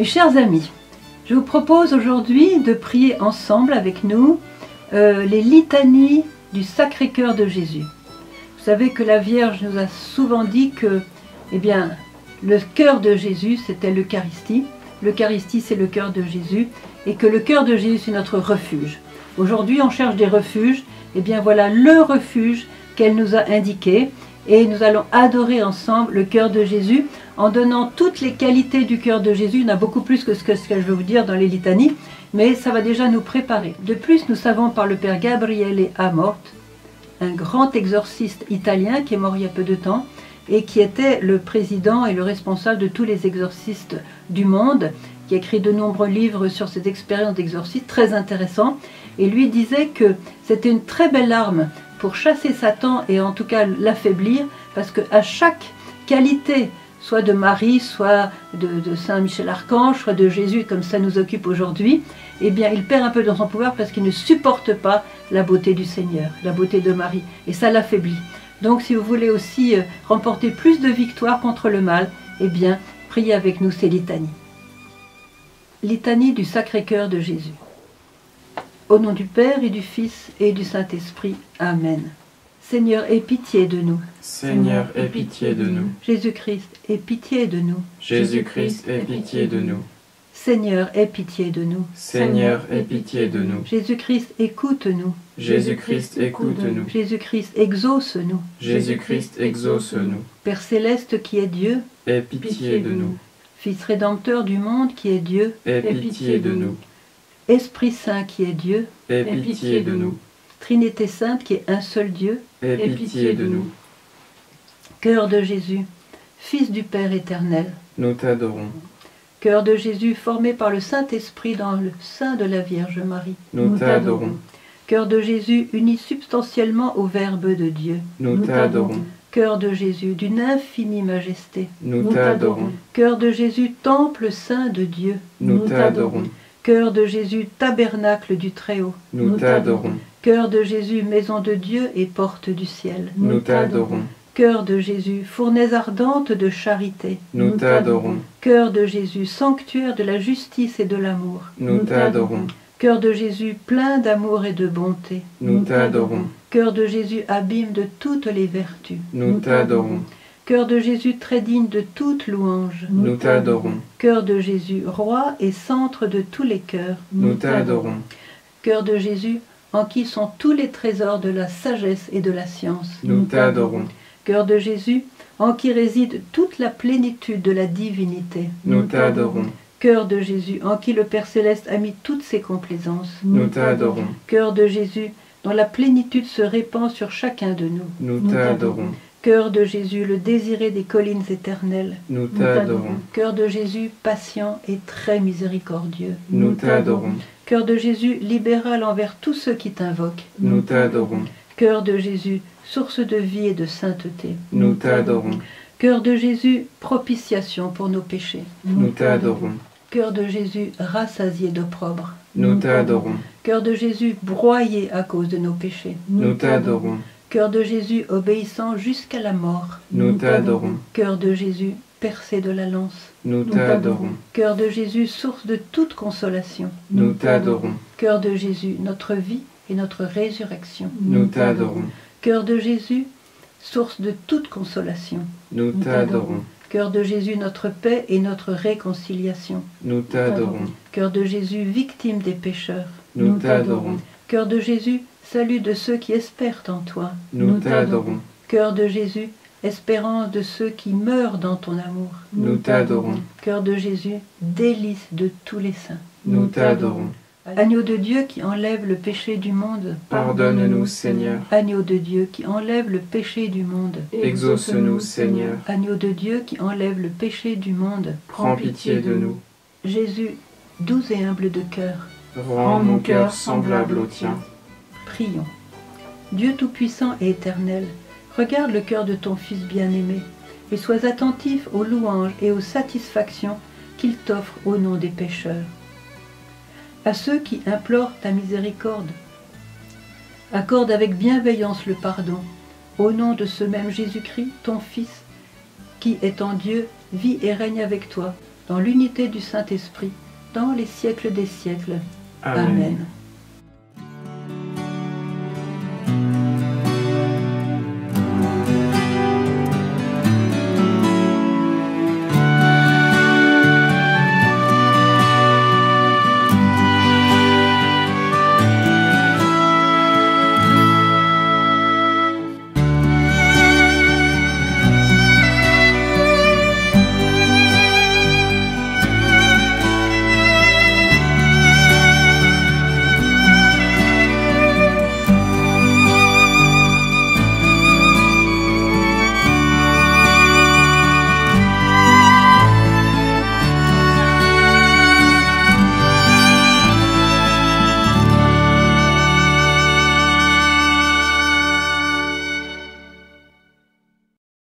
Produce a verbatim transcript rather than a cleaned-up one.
Mes chers amis, je vous propose aujourd'hui de prier ensemble avec nous euh, les litanies du Sacré-Cœur de Jésus. Vous savez que la Vierge nous a souvent dit que eh bien, le cœur de Jésus, c'était l'Eucharistie. L'Eucharistie, c'est le cœur de Jésus, et que le cœur de Jésus, c'est notre refuge. Aujourd'hui, on cherche des refuges. Et bien voilà le refuge qu'elle nous a indiqué. Et nous allons adorer ensemble le cœur de Jésus en donnant toutes les qualités du cœur de Jésus. Il y en a beaucoup plus que ce que, ce que je vais vous dire dans les litanies, mais ça va déjà nous préparer. De plus, nous savons par le Père Gabriele Amort, un grand exorciste italien qui est mort il y a peu de temps, et qui était le président et le responsable de tous les exorcistes du monde, qui a écrit de nombreux livres sur ses expériences d'exorcisme, très intéressants, et lui disait que c'était une très belle arme pour chasser Satan et en tout cas l'affaiblir, parce qu'à chaque qualité, soit de Marie, soit de, de Saint Michel Archange, soit de Jésus, comme ça nous occupe aujourd'hui, eh bien il perd un peu dans son pouvoir parce qu'il ne supporte pas la beauté du Seigneur, la beauté de Marie, et ça l'affaiblit. Donc si vous voulez aussi remporter plus de victoires contre le mal, eh bien priez avec nous ces litanies. Litanie du Sacré-Cœur de Jésus. Au nom du Père et du Fils et du Saint-Esprit. Amen. Seigneur, aie pitié de nous. Seigneur, aie pitié de nous. Jésus-Christ, aie pitié de nous. Jésus-Christ, aie pitié de nous. Seigneur, aie pitié de nous. Seigneur, aie pitié de nous. Jésus-Christ, écoute-nous. Jésus-Christ, écoute-nous. Jésus-Christ, exauce-nous. Jésus-Christ, exauce-nous. Père céleste qui est Dieu, Aie pitié de nous. Fils rédempteur du monde qui est Dieu, Aie pitié de nous. Esprit Saint qui est Dieu, Aie pitié de nous. Trinité Sainte qui est un seul Dieu, Aie pitié de nous. Cœur de Jésus, Fils du Père éternel, Nous t'adorons. Cœur de Jésus formé par le Saint-Esprit dans le sein de la Vierge Marie, Nous t'adorons. Cœur de Jésus uni substantiellement au Verbe de Dieu, Nous t'adorons. Cœur de Jésus d'une infinie majesté, Nous t'adorons. Cœur de Jésus temple saint de Dieu, Nous t'adorons. Cœur de Jésus tabernacle du Très-Haut, Nous t'adorons. Cœur de Jésus maison de Dieu et porte du ciel, Nous t'adorons. Cœur de Jésus fournaise ardente de charité, Nous t'adorons. Cœur de Jésus sanctuaire de la justice et de l'amour, Nous t'adorons. Cœur de Jésus plein d'amour et de bonté, Nous t'adorons. Cœur de Jésus abîme de toutes les vertus, Nous t'adorons. Cœur de Jésus très digne de toute louange, Nous t'adorons. Cœur de Jésus roi et centre de tous les cœurs, Nous t'adorons. Cœur de Jésus en qui sont tous les trésors de la sagesse et de la science, Nous t'adorons. Cœur de Jésus en qui réside toute la plénitude de la divinité, Nous t'adorons. Cœur de Jésus en qui le Père Céleste a mis toutes ses complaisances, Nous t'adorons. Cœur de Jésus dont la plénitude se répand sur chacun de nous, Nous t'adorons. Cœur de Jésus le désiré des collines éternelles, Nous t'adorons. Cœur de Jésus patient et très miséricordieux, Nous t'adorons. Cœur de Jésus libéral envers tous ceux qui t'invoquent, Nous t'adorons. Cœur de Jésus source de vie et de sainteté, Nous t'adorons. Cœur de Jésus propitiation pour nos péchés, Nous t'adorons. Cœur de Jésus rassasié d'opprobre, Nous t'adorons. Cœur de Jésus broyé à cause de nos péchés, Nous t'adorons. Cœur de Jésus obéissant jusqu'à la mort, Nous t'adorons. Cœur de Jésus percé de la lance, Nous t'adorons. Cœur de Jésus source de toute consolation, Nous t'adorons. Cœur de Jésus notre vie et notre résurrection, Nous t'adorons. Cœur de Jésus source de toute consolation, Nous t'adorons. Cœur de Jésus notre paix et notre réconciliation, Nous t'adorons. Cœur de Jésus victime des pécheurs, Nous t'adorons. Cœur de Jésus salut de ceux qui espèrent en toi, Nous t'adorons. Cœur de Jésus espérance de ceux qui meurent dans ton amour, Nous t'adorons. Cœur de Jésus délice de tous les saints, Nous t'adorons. Agneau de Dieu qui enlève le péché du monde, Pardonne-nous, Seigneur. Agneau de Dieu qui enlève le péché du monde, Exauce-nous, Seigneur. Agneau de Dieu qui enlève le péché du monde, Prends pitié de nous. Jésus doux et humble de cœur, Rends mon cœur semblable au tien. prions. Dieu tout-puissant et éternel, regarde le cœur de ton Fils bien-aimé et sois attentif aux louanges et aux satisfactions qu'il t'offre au nom des pécheurs. À ceux qui implorent ta miséricorde, accorde avec bienveillance le pardon, au nom de ce même Jésus-Christ, ton Fils, qui, étant Dieu, vit et règne avec toi, dans l'unité du Saint-Esprit, dans les siècles des siècles. Amen. Amen.